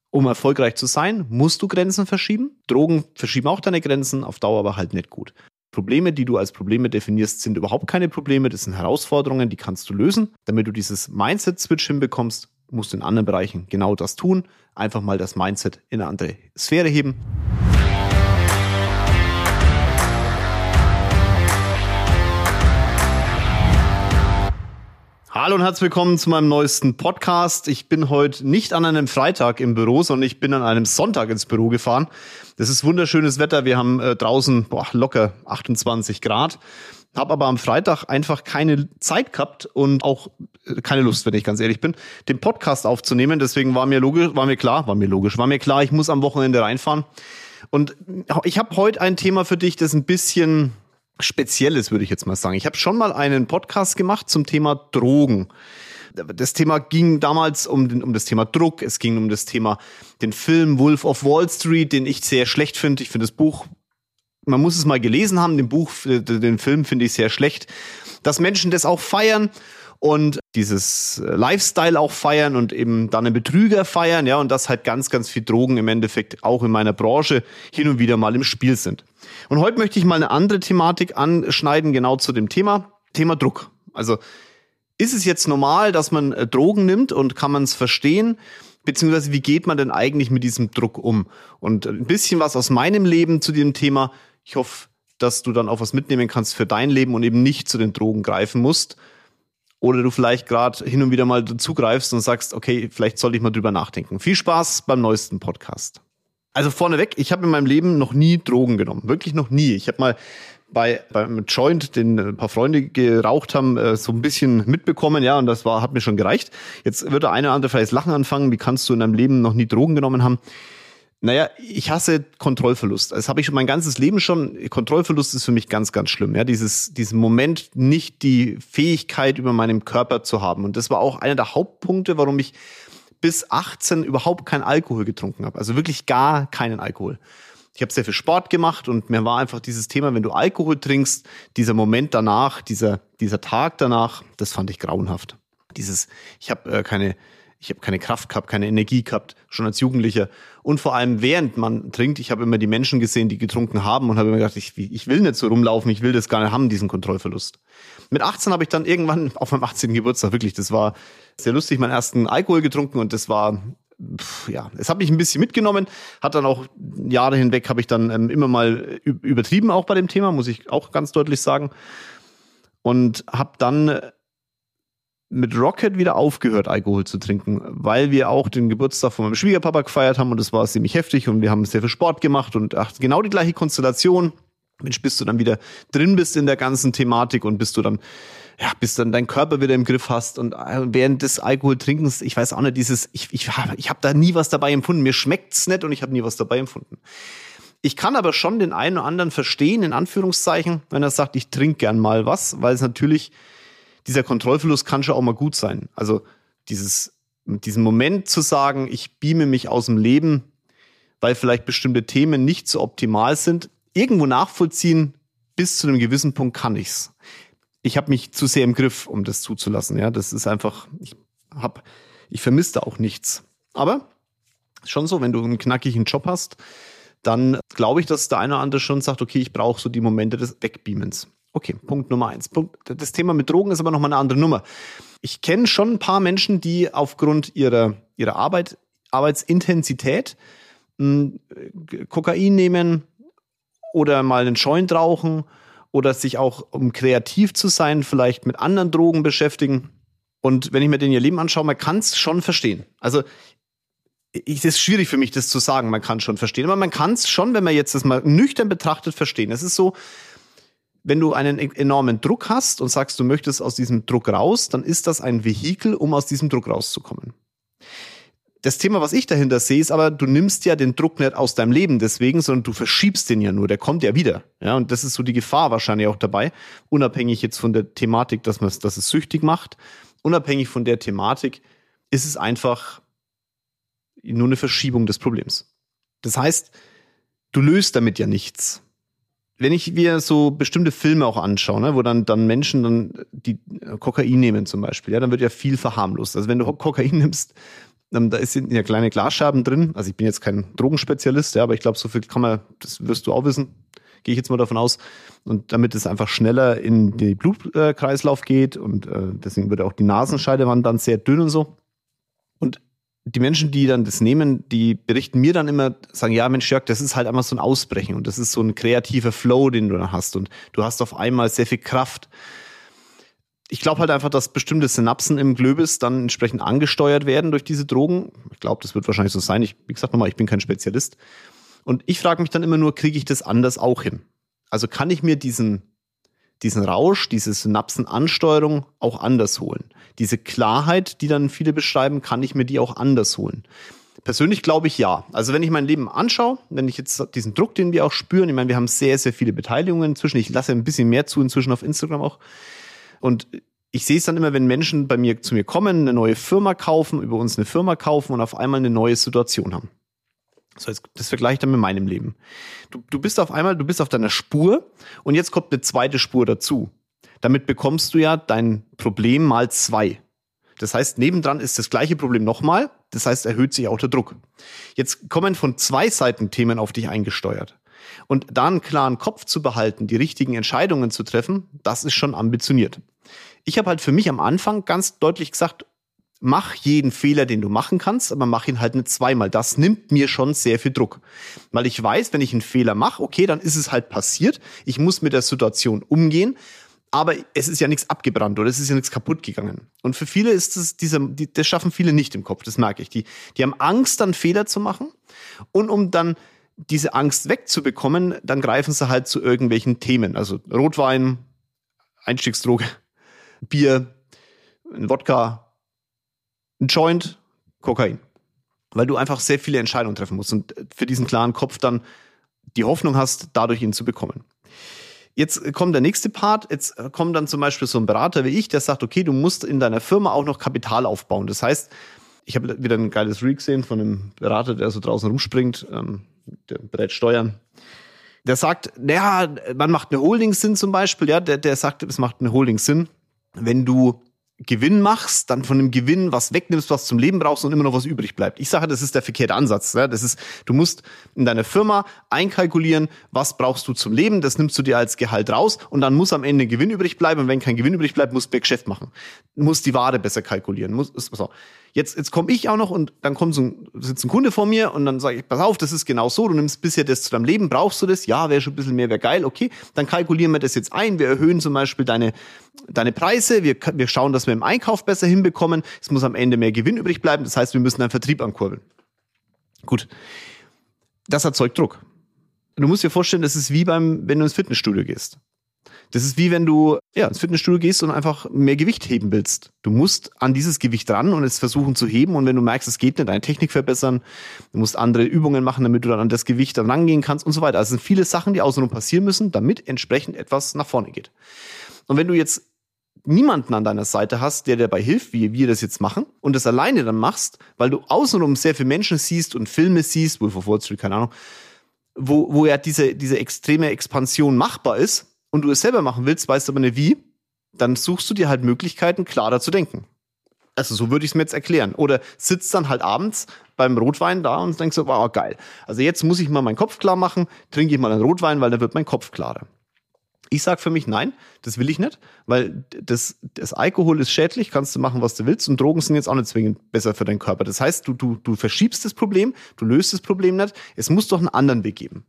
Um erfolgreich zu sein, musst du Grenzen verschieben. Drogen verschieben auch deine Grenzen, auf Dauer aber halt nicht gut. Probleme, die du als Probleme definierst, sind überhaupt keine Probleme. Das sind Herausforderungen, die kannst du lösen. Damit du dieses Mindset-Switch hinbekommst, musst du in anderen Bereichen genau das tun. Einfach mal das Mindset in eine andere Sphäre heben. Hallo und herzlich willkommen zu meinem neuesten Podcast. Ich bin heute nicht an einem Freitag im Büro, sondern ich bin an einem Sonntag ins Büro gefahren. Das ist wunderschönes Wetter. Wir haben draußen locker 28 Grad. Habe aber am Freitag einfach keine Zeit gehabt und auch keine Lust, wenn ich ganz ehrlich bin, den Podcast aufzunehmen. Deswegen war mir klar, ich muss am Wochenende reinfahren. Und ich habe heute ein Thema für dich, das ein bisschen Spezielles, würde ich jetzt mal sagen. Ich habe schon mal einen Podcast gemacht zum Thema Drogen. Das Thema ging damals um das Thema Druck. Es ging um das Thema den Film Wolf of Wall Street, den ich sehr schlecht finde. Ich finde das Buch, man muss es mal gelesen haben, den Film finde ich sehr schlecht. Dass Menschen das auch feiern und dieses Lifestyle auch feiern und eben dann einen Betrüger feiern, ja, und dass halt ganz, ganz viel Drogen im Endeffekt auch in meiner Branche hin und wieder mal im Spiel sind. Und heute möchte ich mal eine andere Thematik anschneiden, genau zu dem Thema Druck. Also ist es jetzt normal, dass man Drogen nimmt und kann man es verstehen? Beziehungsweise wie geht man denn eigentlich mit diesem Druck um? Und ein bisschen was aus meinem Leben zu dem Thema. Ich hoffe, dass du dann auch was mitnehmen kannst für dein Leben und eben nicht zu den Drogen greifen musst. Oder du vielleicht gerade hin und wieder mal dazugreifst und sagst, okay, vielleicht sollte ich mal drüber nachdenken. Viel Spaß beim neuesten Podcast. Also vorneweg, ich habe in meinem Leben noch nie Drogen genommen. Wirklich noch nie. Ich habe mal beim Joint, den ein paar Freunde geraucht haben, so ein bisschen mitbekommen, ja, und das hat mir schon gereicht. Jetzt wird der eine oder andere vielleicht Lachen anfangen. Wie kannst du in deinem Leben noch nie Drogen genommen haben? Naja, ich hasse Kontrollverlust. Das habe ich schon mein ganzes Leben schon. Kontrollverlust ist für mich ganz, ganz schlimm. Ja, diesen Moment, nicht die Fähigkeit über meinen Körper zu haben. Und das war auch einer der Hauptpunkte, warum ich bis 18 überhaupt keinen Alkohol getrunken habe. Also wirklich gar keinen Alkohol. Ich habe sehr viel Sport gemacht und mir war einfach dieses Thema, wenn du Alkohol trinkst, dieser Moment danach, dieser Tag danach, das fand ich grauenhaft. Ich habe keine Kraft gehabt, keine Energie gehabt, schon als Jugendlicher. Und vor allem während man trinkt, ich habe immer die Menschen gesehen, die getrunken haben und habe immer gedacht, ich will nicht so rumlaufen, ich will das gar nicht haben, diesen Kontrollverlust. Mit 18 habe ich dann irgendwann auf meinem 18. Geburtstag, wirklich, das war sehr lustig, meinen ersten Alkohol getrunken und das war, es hat mich ein bisschen mitgenommen, hat dann auch Jahre hinweg, habe ich dann immer mal übertrieben, auch bei dem Thema, muss ich auch ganz deutlich sagen. Und habe dann mit Rocket wieder aufgehört, Alkohol zu trinken, weil wir auch den Geburtstag von meinem Schwiegerpapa gefeiert haben und das war ziemlich heftig und wir haben sehr viel Sport gemacht und genau die gleiche Konstellation. Mensch, bis du dann wieder drin bist in der ganzen Thematik und bis dann dein Körper wieder im Griff hast und während des Alkoholtrinkens, ich weiß auch nicht, ich habe da nie was dabei empfunden, mir schmeckt's nicht und ich habe nie was dabei empfunden. Ich kann aber schon den einen oder anderen verstehen, in Anführungszeichen, wenn er sagt, ich trinke gern mal was, weil es natürlich dieser Kontrollverlust kann schon auch mal gut sein. Also diesen Moment zu sagen, ich beame mich aus dem Leben, weil vielleicht bestimmte Themen nicht so optimal sind, irgendwo nachvollziehen, bis zu einem gewissen Punkt kann ich's. Ich habe mich zu sehr im Griff, um das zuzulassen. Ja, das ist einfach, ich vermisse da auch nichts. Aber schon so, wenn du einen knackigen Job hast, dann glaube ich, dass der eine oder andere schon sagt, okay, ich brauche so die Momente des Wegbeamens. Okay, Punkt Nummer 1. Das Thema mit Drogen ist aber nochmal eine andere Nummer. Ich kenne schon ein paar Menschen, die aufgrund ihrer Arbeitsintensität Kokain nehmen oder mal einen Joint rauchen oder sich auch, um kreativ zu sein, vielleicht mit anderen Drogen beschäftigen. Und wenn ich mir den ihr Leben anschaue, man kann es schon verstehen. Also es ist schwierig für mich, das zu sagen, man kann es schon verstehen. Aber man kann es schon, wenn man jetzt das mal nüchtern betrachtet, verstehen. Es ist so, wenn du einen enormen Druck hast und sagst, du möchtest aus diesem Druck raus, dann ist das ein Vehikel, um aus diesem Druck rauszukommen. Das Thema, was ich dahinter sehe, ist aber, du nimmst ja den Druck nicht aus deinem Leben deswegen, sondern du verschiebst den ja nur, der kommt ja wieder. Ja, und das ist so die Gefahr wahrscheinlich auch dabei, unabhängig jetzt von der Thematik, dass es süchtig macht, unabhängig von der Thematik ist es einfach nur eine Verschiebung des Problems. Das heißt, du löst damit ja nichts. Wenn ich mir so bestimmte Filme auch anschaue, ne, wo dann Menschen die Kokain nehmen zum Beispiel, ja, dann wird ja viel verharmlost. Also wenn du Kokain nimmst, Da sind ja kleine Glasscherben drin. Also ich bin jetzt kein Drogenspezialist, ja, aber ich glaube, so viel kann man, das wirst du auch wissen, gehe ich jetzt mal davon aus. Und damit es einfach schneller in den Blutkreislauf geht und deswegen wird auch die Nasenscheidewand dann sehr dünn und so. Und die Menschen, die dann das nehmen, die berichten mir dann immer, sagen, ja Mensch Jörg, das ist halt einmal so ein Ausbrechen und das ist so ein kreativer Flow, den du dann hast und du hast auf einmal sehr viel Kraft. Ich glaube halt einfach, dass bestimmte Synapsen im Glöbis dann entsprechend angesteuert werden durch diese Drogen. Ich glaube, das wird wahrscheinlich so sein. Wie gesagt nochmal, ich bin kein Spezialist. Und ich frage mich dann immer nur, kriege ich das anders auch hin? Also kann ich mir diesen Rausch, diese Synapsenansteuerung auch anders holen? Diese Klarheit, die dann viele beschreiben, kann ich mir die auch anders holen? Persönlich glaube ich ja. Also wenn ich mein Leben anschaue, wenn ich jetzt diesen Druck, den wir auch spüren, ich meine, wir haben sehr, sehr viele Beteiligungen inzwischen. Ich lasse ein bisschen mehr zu inzwischen auf Instagram auch. Und ich sehe es dann immer, wenn Menschen zu mir kommen, eine neue Firma kaufen, über uns eine Firma kaufen und auf einmal eine neue Situation haben. So, das vergleiche ich dann mit meinem Leben. Du bist auf deiner Spur und jetzt kommt eine zweite Spur dazu. Damit bekommst du ja dein Problem mal 2. Das heißt, nebendran ist das gleiche Problem nochmal. Das heißt, erhöht sich auch der Druck. Jetzt kommen von 2 Seiten Themen auf dich eingesteuert. Und da einen klaren Kopf zu behalten, die richtigen Entscheidungen zu treffen, das ist schon ambitioniert. Ich habe halt für mich am Anfang ganz deutlich gesagt, mach jeden Fehler, den du machen kannst, aber mach ihn halt nicht 2-mal. Das nimmt mir schon sehr viel Druck. Weil ich weiß, wenn ich einen Fehler mache, okay, dann ist es halt passiert. Ich muss mit der Situation umgehen. Aber es ist ja nichts abgebrannt oder es ist ja nichts kaputt gegangen. Und für viele ist es das schaffen viele nicht im Kopf, das merke ich. Die haben Angst, dann Fehler zu machen. Und um dann diese Angst wegzubekommen, dann greifen sie halt zu irgendwelchen Themen. Also Rotwein, Einstiegsdroge, Bier, ein Wodka, ein Joint, Kokain. Weil du einfach sehr viele Entscheidungen treffen musst und für diesen klaren Kopf dann die Hoffnung hast, dadurch ihn zu bekommen. Jetzt kommt der nächste Part. Jetzt kommt dann zum Beispiel so ein Berater wie ich, der sagt, okay, du musst in deiner Firma auch noch Kapital aufbauen. Das heißt, ich habe wieder ein geiles Reel gesehen von einem Berater, der so draußen rumspringt, der berät Steuern. Der sagt, naja, man macht eine Holding Sinn zum Beispiel, ja, der sagt, es macht eine Holding Sinn, wenn du Gewinn machst, dann von dem Gewinn was wegnimmst, was zum Leben brauchst und immer noch was übrig bleibt. Ich sage, das ist der verkehrte Ansatz. Ja? Du musst in deiner Firma einkalkulieren, was brauchst du zum Leben, das nimmst du dir als Gehalt raus und dann muss am Ende Gewinn übrig bleiben und wenn kein Gewinn übrig bleibt, musst du mehr Geschäft machen. Du musst die Ware besser kalkulieren. So. Jetzt komme ich auch noch und dann sitzt ein Kunde vor mir und dann sage ich, pass auf, das ist genau so, du nimmst bisher das zu deinem Leben, brauchst du das? Ja, wäre schon ein bisschen mehr, wäre geil, okay, dann kalkulieren wir das jetzt ein, wir erhöhen zum Beispiel deine Preise, wir schauen, dass wir im Einkauf besser hinbekommen, es muss am Ende mehr Gewinn übrig bleiben, das heißt, wir müssen deinen Vertrieb ankurbeln. Gut, das erzeugt Druck. Du musst dir vorstellen, das ist wie wenn du ins Fitnessstudio gehst. Das ist wie wenn du ins Fitnessstudio gehst und einfach mehr Gewicht heben willst. Du musst an dieses Gewicht ran und es versuchen zu heben und wenn du merkst, es geht nicht, deine Technik verbessern, du musst andere Übungen machen, damit du dann an das Gewicht dann rangehen kannst und so weiter. Also es sind viele Sachen, die außenrum passieren müssen, damit entsprechend etwas nach vorne geht. Und wenn du jetzt niemanden an deiner Seite hast, der dir dabei hilft, wie wir das jetzt machen und das alleine dann machst, weil du außenrum sehr viele Menschen siehst und Filme siehst, Wolf of Wall Street, keine Ahnung, wo ja diese extreme Expansion machbar ist, und du es selber machen willst, weißt aber nicht wie, dann suchst du dir halt Möglichkeiten, klarer zu denken. Also so würde ich es mir jetzt erklären. Oder sitzt dann halt abends beim Rotwein da und denkst so, wow, geil. Also jetzt muss ich mal meinen Kopf klar machen, trinke ich mal einen Rotwein, weil dann wird mein Kopf klarer. Ich sag für mich, nein, das will ich nicht, weil das Alkohol ist schädlich, kannst du machen, was du willst und Drogen sind jetzt auch nicht zwingend besser für deinen Körper. Das heißt, du verschiebst das Problem, du löst das Problem nicht, es muss doch einen anderen Weg geben.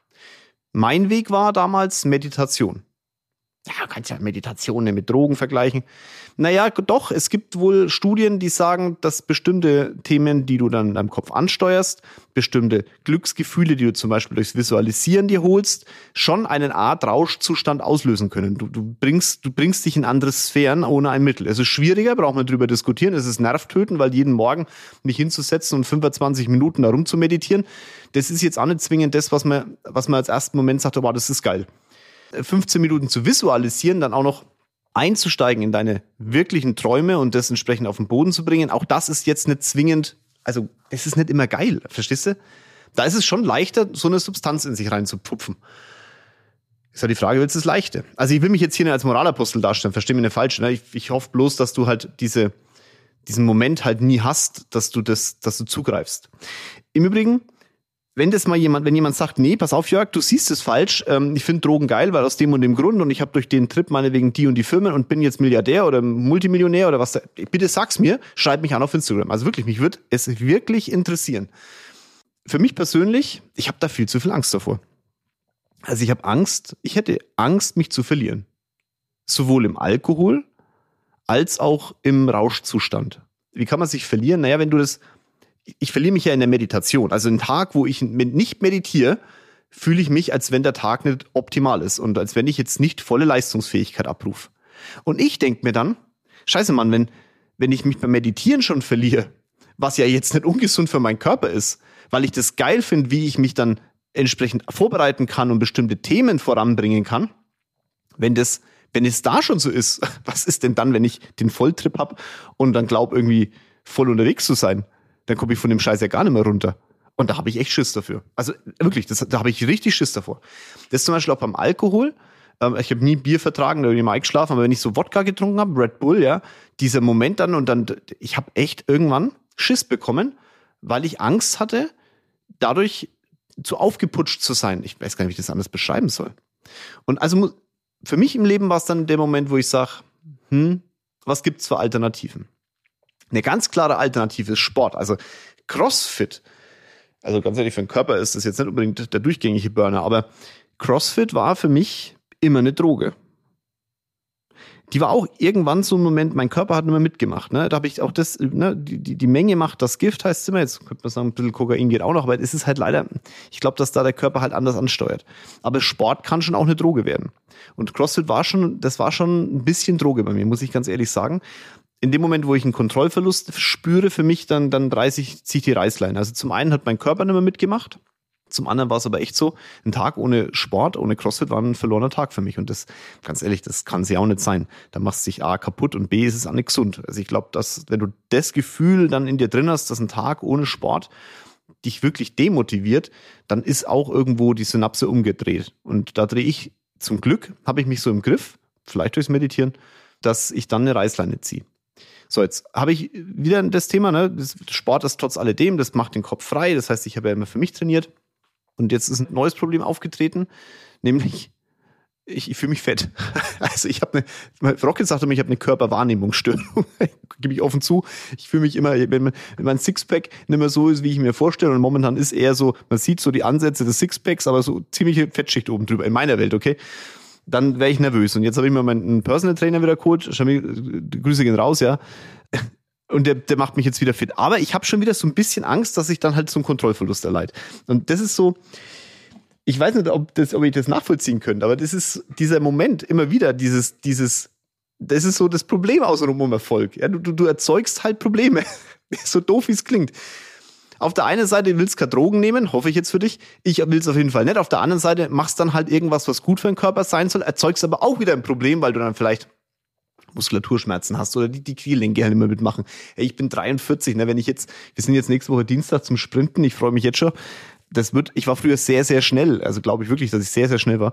Mein Weg war damals Meditation. Ja, du kannst ja Meditation mit Drogen vergleichen. Naja, doch, es gibt wohl Studien, die sagen, dass bestimmte Themen, die du dann in deinem Kopf ansteuerst, bestimmte Glücksgefühle, die du zum Beispiel durchs Visualisieren dir holst, schon eine Art Rauschzustand auslösen können. Du bringst dich in andere Sphären ohne ein Mittel. Es ist schwieriger, braucht man drüber diskutieren. Es ist nervtötend, weil jeden Morgen mich hinzusetzen und 25 Minuten da rum zu meditieren, das ist jetzt auch nicht zwingend das, was man als ersten Moment sagt, wow, das ist geil. 15 Minuten zu visualisieren, dann auch noch einzusteigen in deine wirklichen Träume und das entsprechend auf den Boden zu bringen, auch das ist jetzt nicht zwingend, also das ist nicht immer geil, verstehst du? Da ist es schon leichter, so eine Substanz in sich reinzupfupfen. Ist ja die Frage, willst du das Leichte? Also ich will mich jetzt hier nicht als Moralapostel darstellen, versteh mich nicht falsch. Ne? Ich hoffe bloß, dass du halt diese diesen Moment halt nie hast, dass du zugreifst. Im Übrigen, wenn jemand sagt, nee, pass auf, Jörg, du siehst es falsch, ich finde Drogen geil, weil aus dem und dem Grund und ich habe durch den Trip meinetwegen die und die Firmen und bin jetzt Milliardär oder Multimillionär oder was, bitte sag's mir, schreib mich an auf Instagram. Also wirklich, mich würde es wirklich interessieren. Für mich persönlich, ich habe da viel zu viel Angst davor. Also ich hätte Angst, mich zu verlieren. Sowohl im Alkohol als auch im Rauschzustand. Wie kann man sich verlieren? Naja, ich verliere mich ja in der Meditation. Also einen Tag, wo ich nicht meditiere, fühle ich mich, als wenn der Tag nicht optimal ist und als wenn ich jetzt nicht volle Leistungsfähigkeit abrufe. Und ich denke mir dann, scheiße Mann, wenn ich mich beim Meditieren schon verliere, was ja jetzt nicht ungesund für meinen Körper ist, weil ich das geil finde, wie ich mich dann entsprechend vorbereiten kann und bestimmte Themen voranbringen kann, wenn es da schon so ist, was ist denn dann, wenn ich den Volltrip habe und dann glaube irgendwie voll unterwegs zu sein? Dann komme ich von dem Scheiß ja gar nicht mehr runter. Und da habe ich echt Schiss dafür. Also wirklich, da habe ich richtig Schiss davor. Das ist zum Beispiel auch beim Alkohol. Ich habe nie Bier vertragen, da bin ich mal eingeschlafen, aber wenn ich so Wodka getrunken habe, Red Bull, ja, dieser Moment dann, ich habe echt irgendwann Schiss bekommen, weil ich Angst hatte, dadurch zu aufgeputscht zu sein. Ich weiß gar nicht, wie ich das anders beschreiben soll. Und also für mich im Leben war es dann der Moment, wo ich sage, was gibt's für Alternativen? Eine ganz klare Alternative ist Sport. Also CrossFit, also ganz ehrlich, für den Körper ist das jetzt nicht unbedingt der durchgängige Burner, aber CrossFit war für mich immer eine Droge. Die war auch irgendwann so ein Moment, mein Körper hat nicht mehr mitgemacht. Ne? Da habe ich auch das, ne, die Menge macht das Gift, heißt es immer. Jetzt könnte man sagen, ein bisschen Kokain geht auch noch, aber es ist halt leider, ich glaube, dass da der Körper halt anders ansteuert. Aber Sport kann schon auch eine Droge werden. Und CrossFit war schon ein bisschen Droge bei mir, muss ich ganz ehrlich sagen. In dem Moment, wo ich einen Kontrollverlust spüre für mich, dann ziehe ich die Reißleine. Also zum einen hat mein Körper nicht mehr mitgemacht. Zum anderen war es aber echt so, ein Tag ohne Sport, ohne CrossFit war ein verlorener Tag für mich. Und das, ganz ehrlich, das kann es ja auch nicht sein. Da machst du dich A kaputt und B ist es auch nicht gesund. Also ich glaube, dass wenn du das Gefühl dann in dir drin hast, dass ein Tag ohne Sport dich wirklich demotiviert, dann ist auch irgendwo die Synapse umgedreht. Und da drehe ich, zum Glück, habe ich mich so im Griff, vielleicht durchs Meditieren, dass ich dann eine Reißleine ziehe. So, jetzt habe ich wieder das Thema, ne? Das Sport ist trotz alledem, das macht den Kopf frei. Das heißt, ich habe ja immer für mich trainiert. Und jetzt ist ein neues Problem aufgetreten, nämlich ich fühle mich fett. Also ich habe Rocket sagt immer, ich habe eine Körperwahrnehmungsstörung. Gebe ich offen zu. Ich fühle mich immer, wenn mein Sixpack nicht mehr so ist, wie ich mir vorstelle. Und momentan ist eher so, man sieht so die Ansätze des Sixpacks, aber so ziemliche Fettschicht oben drüber, in meiner Welt, okay? Dann wäre ich nervös. Und jetzt habe ich mir meinen Personal Trainer wieder geholt. Grüße gehen raus, ja. Und der macht mich jetzt wieder fit. Aber ich habe schon wieder so ein bisschen Angst, dass ich dann halt so einen Kontrollverlust erleide. Und das ist so, ich weiß nicht, ob ich das nachvollziehen könnte, aber das ist dieser Moment immer wieder, das ist so das Problem außenrum um Erfolg. Ja, du erzeugst halt Probleme. So doof, wie es klingt. Auf der einen Seite willst du keine Drogen nehmen, hoffe ich jetzt für dich. Ich will es auf jeden Fall nicht. Auf der anderen Seite machst dann halt irgendwas, was gut für den Körper sein soll, erzeugst aber auch wieder ein Problem, weil du dann vielleicht Muskulaturschmerzen hast oder die Kniegelenke halt immer mitmachen. Hey, ich bin 43, ne, wir sind jetzt nächste Woche Dienstag zum Sprinten, ich freue mich jetzt schon. Ich war früher sehr, sehr schnell, also glaube ich wirklich, dass ich sehr, sehr schnell war.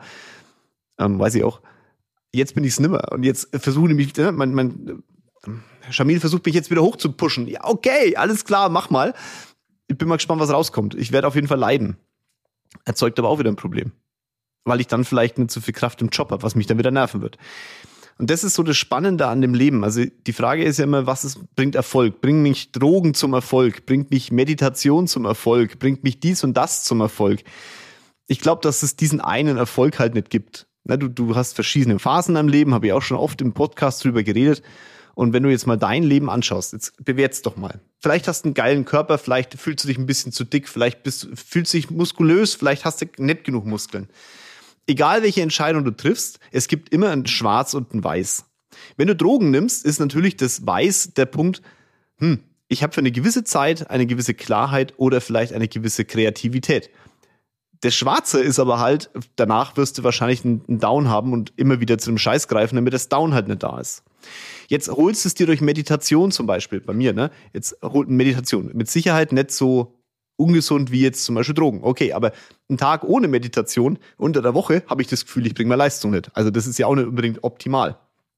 Weiß ich auch. Jetzt bin ich es nimmer und jetzt versuche ich mich, mein Shamil versucht mich jetzt wieder hoch zu pushen. Ja, okay, alles klar, mach mal. Ich bin mal gespannt, was rauskommt. Ich werde auf jeden Fall leiden. Erzeugt aber auch wieder ein Problem. Weil ich dann vielleicht nicht so viel Kraft im Job habe, was mich dann wieder nerven wird. Und das ist so das Spannende an dem Leben. Also die Frage ist ja immer, bringt Erfolg? Bringt mich Drogen zum Erfolg? Bringt mich Meditation zum Erfolg? Bringt mich dies und das zum Erfolg? Ich glaube, dass es diesen einen Erfolg halt nicht gibt. Du hast verschiedene Phasen im Leben, habe ich auch schon oft im Podcast drüber geredet. Und wenn du jetzt mal dein Leben anschaust, jetzt bewert's doch mal. Vielleicht hast du einen geilen Körper, vielleicht fühlst du dich ein bisschen zu dick, vielleicht fühlst du dich muskulös, vielleicht hast du nicht genug Muskeln. Egal welche Entscheidung du triffst, es gibt immer ein Schwarz und ein Weiß. Wenn du Drogen nimmst, ist natürlich das Weiß der Punkt, ich habe für eine gewisse Zeit eine gewisse Klarheit oder vielleicht eine gewisse Kreativität. Das Schwarze ist aber halt, danach wirst du wahrscheinlich einen Down haben und immer wieder zu einem Scheiß greifen, damit das Down halt nicht da ist. Jetzt holst du es dir durch Meditation zum Beispiel, bei mir, ne? Jetzt holt Meditation. Mit Sicherheit nicht so ungesund wie jetzt zum Beispiel Drogen. Okay, aber einen Tag ohne Meditation unter der Woche habe ich das Gefühl, ich bringe mehr Leistung nicht. Also das ist ja auch nicht unbedingt optimal.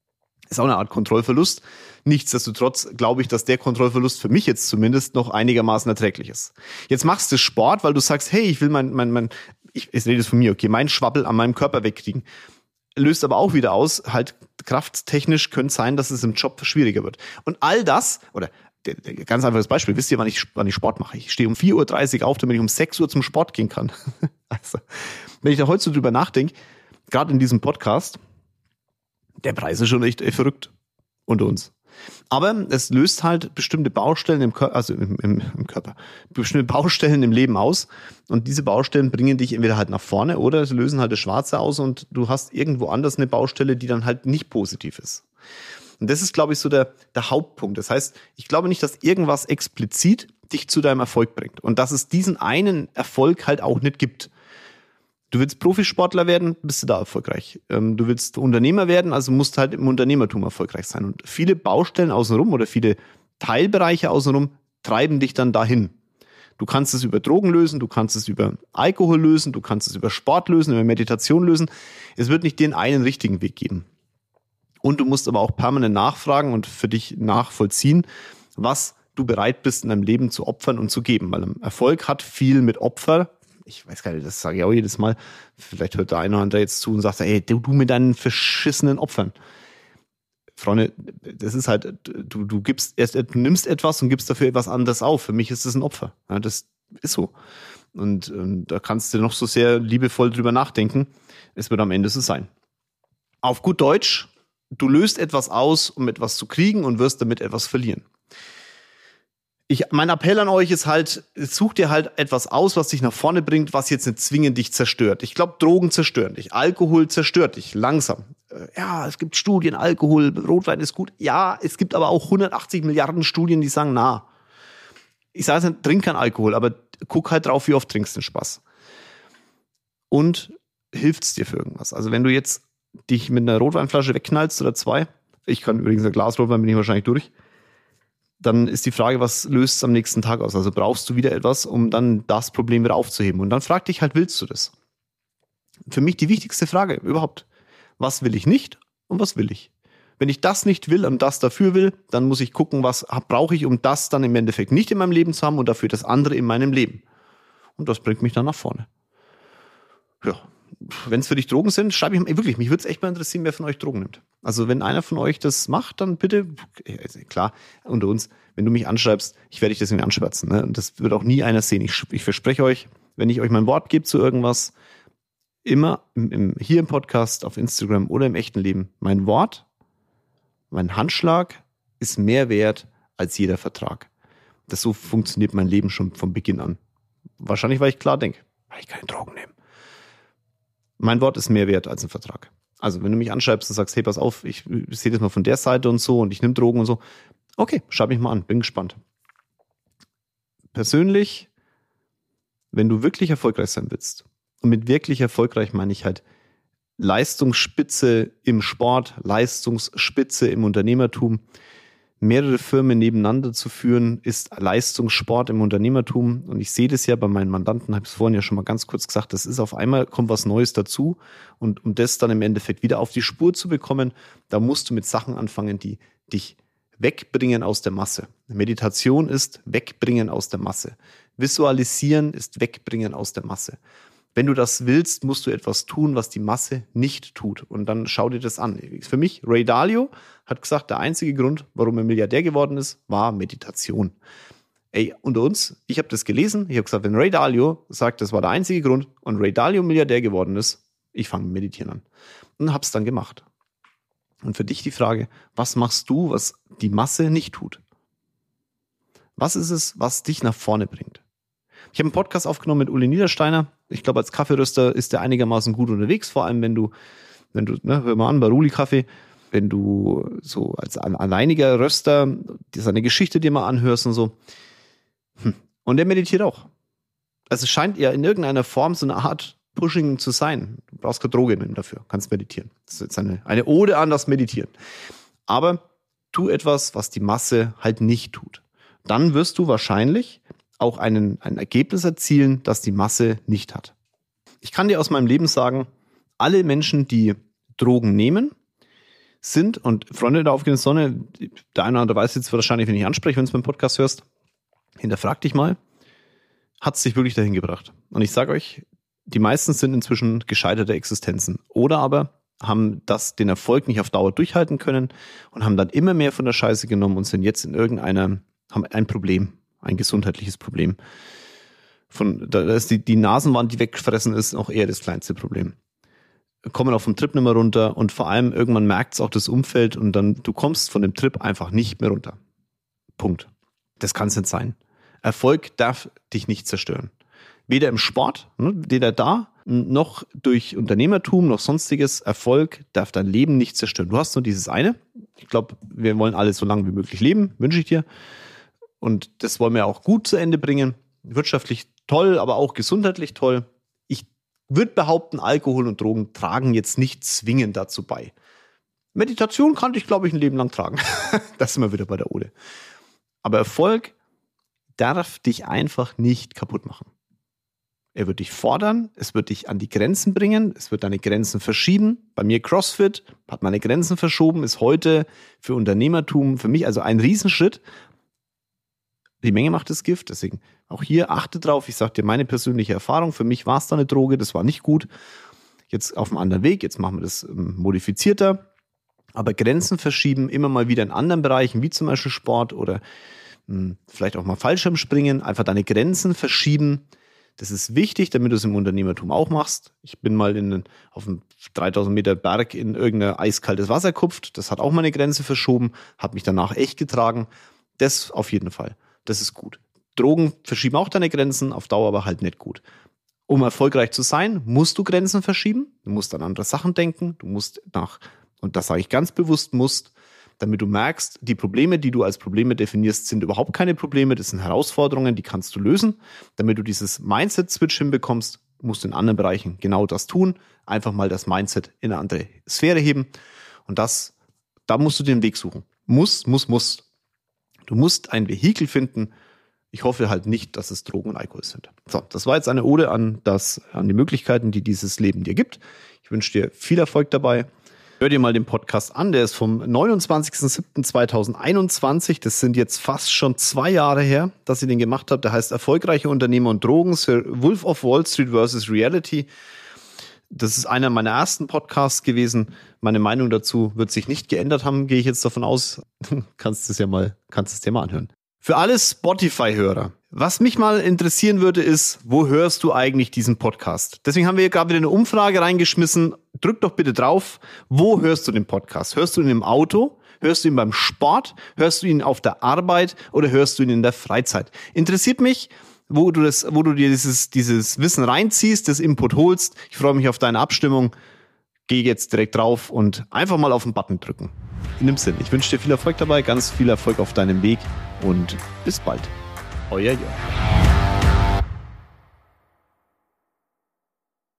Ist auch eine Art Kontrollverlust. Nichtsdestotrotz glaube ich, dass der Kontrollverlust für mich jetzt zumindest noch einigermaßen erträglich ist. Jetzt machst du Sport, weil du sagst, hey, ich will ich rede jetzt von mir, okay, mein Schwabbel an meinem Körper wegkriegen. Löst aber auch wieder aus, halt krafttechnisch könnte sein, dass es im Job schwieriger wird. Und all das, oder ganz einfaches Beispiel, wisst ihr, wann ich Sport mache? Ich stehe um 4:30 Uhr auf, damit ich um 6 Uhr zum Sport gehen kann. Also, wenn ich da heute so drüber nachdenke, gerade in diesem Podcast, der Preis ist schon echt verrückt unter uns. Aber es löst halt bestimmte Baustellen im Körper, bestimmte Baustellen im Leben aus. Und diese Baustellen bringen dich entweder halt nach vorne oder sie lösen halt das Schwarze aus und du hast irgendwo anders eine Baustelle, die dann halt nicht positiv ist. Und das ist, glaube ich, so der Hauptpunkt. Das heißt, ich glaube nicht, dass irgendwas explizit dich zu deinem Erfolg bringt. Und dass es diesen einen Erfolg halt auch nicht gibt. Du willst Profisportler werden, bist du da erfolgreich. Du willst Unternehmer werden, also musst halt im Unternehmertum erfolgreich sein. Und viele Baustellen außenrum oder viele Teilbereiche außenrum treiben dich dann dahin. Du kannst es über Drogen lösen, du kannst es über Alkohol lösen, du kannst es über Sport lösen, über Meditation lösen. Es wird nicht den einen richtigen Weg geben. Und du musst aber auch permanent nachfragen und für dich nachvollziehen, was du bereit bist, in deinem Leben zu opfern und zu geben. Weil Erfolg hat viel mit Opfer. Ich weiß gar nicht, das sage ich auch jedes Mal. Vielleicht hört der eine oder andere jetzt zu und sagt, ey, du mit deinen verschissenen Opfern. Freunde, das ist halt, du nimmst etwas und gibst dafür etwas anderes auf. Für mich ist es ein Opfer. Ja, das ist so. Und da kannst du noch so sehr liebevoll drüber nachdenken. Es wird am Ende so sein. Auf gut Deutsch, du löst etwas aus, um etwas zu kriegen und wirst damit etwas verlieren. Mein Appell an euch ist halt, such dir halt etwas aus, was dich nach vorne bringt, was jetzt nicht zwingend dich zerstört. Ich glaube, Drogen zerstören dich, Alkohol zerstört dich, langsam. Ja, es gibt Studien, Alkohol, Rotwein ist gut. Ja, es gibt aber auch 180 Milliarden Studien, die sagen, ich sage nicht, trink kein Alkohol, aber guck halt drauf, wie oft trinkst du den Spaß. Und hilft's dir für irgendwas? Also wenn du jetzt dich mit einer Rotweinflasche wegknallst oder 2, ich kann übrigens ein Glas Rotwein, bin ich wahrscheinlich durch, dann ist die Frage, was löst es am nächsten Tag aus? Also brauchst du wieder etwas, um dann das Problem wieder aufzuheben. Und dann frag dich halt, willst du das? Für mich die wichtigste Frage überhaupt. Was will ich nicht und was will ich? Wenn ich das nicht will und das dafür will, dann muss ich gucken, was brauche ich, um das dann im Endeffekt nicht in meinem Leben zu haben und dafür das andere in meinem Leben. Und das bringt mich dann nach vorne. Ja. Wenn es für dich Drogen sind, schreibe ich mir wirklich, mich würde es echt mal interessieren, wer von euch Drogen nimmt. Also wenn einer von euch das macht, dann bitte, klar, unter uns, wenn du mich anschreibst, ich werde dich deswegen anschwärzen. Ne? Und das wird auch nie einer sehen. Ich verspreche euch, wenn ich euch mein Wort gebe zu irgendwas, immer hier im Podcast, auf Instagram oder im echten Leben, mein Wort, mein Handschlag ist mehr wert als jeder Vertrag. So funktioniert mein Leben schon von Beginn an. Wahrscheinlich, weil ich klar denke, weil ich keine Drogen nehme. Mein Wort ist mehr wert als ein Vertrag. Also wenn du mich anschreibst und sagst, hey, pass auf, ich sehe das mal von der Seite und so und ich nehme Drogen und so. Okay, schreib mich mal an, bin gespannt. Persönlich, wenn du wirklich erfolgreich sein willst, und mit wirklich erfolgreich meine ich halt Leistungsspitze im Sport, Leistungsspitze im Unternehmertum, mehrere Firmen nebeneinander zu führen, ist Leistungssport im Unternehmertum. Und ich sehe das ja bei meinen Mandanten, habe ich es vorhin ja schon mal ganz kurz gesagt, das ist auf einmal, kommt was Neues dazu. Und um das dann im Endeffekt wieder auf die Spur zu bekommen, da musst du mit Sachen anfangen, die dich wegbringen aus der Masse. Meditation ist wegbringen aus der Masse. Visualisieren ist wegbringen aus der Masse. Wenn du das willst, musst du etwas tun, was die Masse nicht tut. Und dann schau dir das an. Für mich, Ray Dalio hat gesagt, der einzige Grund, warum er Milliardär geworden ist, war Meditation. Ey, unter uns, ich habe das gelesen, ich habe gesagt, wenn Ray Dalio sagt, das war der einzige Grund und Ray Dalio Milliardär geworden ist, ich fange mit Meditieren an. Und habe es dann gemacht. Und für dich die Frage, was machst du, was die Masse nicht tut? Was ist es, was dich nach vorne bringt? Ich habe einen Podcast aufgenommen mit Uli Niedersteiner. Ich glaube, als Kaffeeröster ist der einigermaßen gut unterwegs, vor allem wenn du, hör mal an, bei Uli Kaffee, wenn du so als alleiniger Röster seine Geschichte dir mal anhörst und so. Und der meditiert auch. Also es scheint ja in irgendeiner Form so eine Art Pushing zu sein. Du brauchst keine Droge nehmen dafür, kannst meditieren. Das ist jetzt eine Ode an das Meditieren. Aber tu etwas, was die Masse halt nicht tut. Dann wirst du wahrscheinlich auch ein Ergebnis erzielen, das die Masse nicht hat. Ich kann dir aus meinem Leben sagen, alle Menschen, die Drogen nehmen, sind, und Freunde der aufgehenden Sonne, der eine oder andere weiß jetzt wahrscheinlich, wenn ich anspreche, wenn du es beim Podcast hörst, hinterfrag dich mal, hat es dich wirklich dahin gebracht? Und ich sage euch, die meisten sind inzwischen gescheiterte Existenzen oder aber haben den Erfolg nicht auf Dauer durchhalten können und haben dann immer mehr von der Scheiße genommen und sind jetzt haben ein Problem, ein gesundheitliches Problem. Da ist die Nasenwand, die weggefressen ist, auch eher das kleinste Problem. Kommen auf dem Trip nicht mehr runter und vor allem irgendwann merkt es auch das Umfeld und dann, du kommst von dem Trip einfach nicht mehr runter. Punkt. Das kann es nicht sein. Erfolg darf dich nicht zerstören. Weder im Sport, weder da, noch durch Unternehmertum, noch sonstiges. Erfolg darf dein Leben nicht zerstören. Du hast nur dieses eine. Ich glaube, wir wollen alle so lange wie möglich leben, wünsche ich dir. Und das wollen wir auch gut zu Ende bringen. Wirtschaftlich toll, aber auch gesundheitlich toll. Ich würde behaupten, Alkohol und Drogen tragen jetzt nicht zwingend dazu bei. Meditation kann ich, glaube ich, ein Leben lang tragen. Das sind wir wieder bei der Ole. Aber Erfolg darf dich einfach nicht kaputt machen. Er wird dich fordern, es wird dich an die Grenzen bringen, es wird deine Grenzen verschieben. Bei mir CrossFit hat meine Grenzen verschoben, ist heute für Unternehmertum für mich also ein Riesenschritt. Die Menge macht das Gift, deswegen auch hier achte drauf. Ich sage dir meine persönliche Erfahrung, für mich war es da eine Droge, das war nicht gut. Jetzt auf einem anderen Weg, jetzt machen wir das modifizierter. Aber Grenzen verschieben, immer mal wieder in anderen Bereichen, wie zum Beispiel Sport oder vielleicht auch mal Fallschirmspringen, einfach deine Grenzen verschieben. Das ist wichtig, damit du es im Unternehmertum auch machst. Ich bin mal auf einem 3000 Meter Berg in irgendein eiskaltes Wasser gekupft. Das hat auch meine Grenze verschoben, hat mich danach echt getragen. Das auf jeden Fall. Das ist gut. Drogen verschieben auch deine Grenzen, auf Dauer aber halt nicht gut. Um erfolgreich zu sein, musst du Grenzen verschieben. Du musst an andere Sachen denken. Du musst und das sage ich ganz bewusst, damit du merkst, die Probleme, die du als Probleme definierst, sind überhaupt keine Probleme, das sind Herausforderungen, die kannst du lösen. Damit du dieses Mindset-Switch hinbekommst, musst du in anderen Bereichen genau das tun. Einfach mal das Mindset in eine andere Sphäre heben. Und da musst du den Weg suchen. Muss. Du musst ein Vehikel finden. Ich hoffe halt nicht, dass es Drogen und Alkohol sind. So, das war jetzt eine Ode an die Möglichkeiten, die dieses Leben dir gibt. Ich wünsche dir viel Erfolg dabei. Hör dir mal den Podcast an, der ist vom 29.07.2021. Das sind jetzt fast schon 2 Jahre her, dass ich den gemacht habe. Der heißt Erfolgreiche Unternehmer und Drogen, Sir Wolf of Wall Street vs. Reality. Das ist einer meiner ersten Podcasts gewesen. Meine Meinung dazu wird sich nicht geändert haben, gehe ich jetzt davon aus. Kannst es dir mal anhören. Für alle Spotify-Hörer, was mich mal interessieren würde, ist, wo hörst du eigentlich diesen Podcast? Deswegen haben wir hier gerade wieder eine Umfrage reingeschmissen. Drück doch bitte drauf, wo hörst du den Podcast? Hörst du ihn im Auto? Hörst du ihn beim Sport? Hörst du ihn auf der Arbeit? Oder hörst du ihn in der Freizeit? Interessiert mich, wo du dir dieses Wissen reinziehst, das Input holst. Ich freue mich auf deine Abstimmung. Geh jetzt direkt drauf und einfach mal auf den Button drücken. In dem Sinn, ich wünsche dir viel Erfolg dabei, ganz viel Erfolg auf deinem Weg und bis bald. Euer Jörg.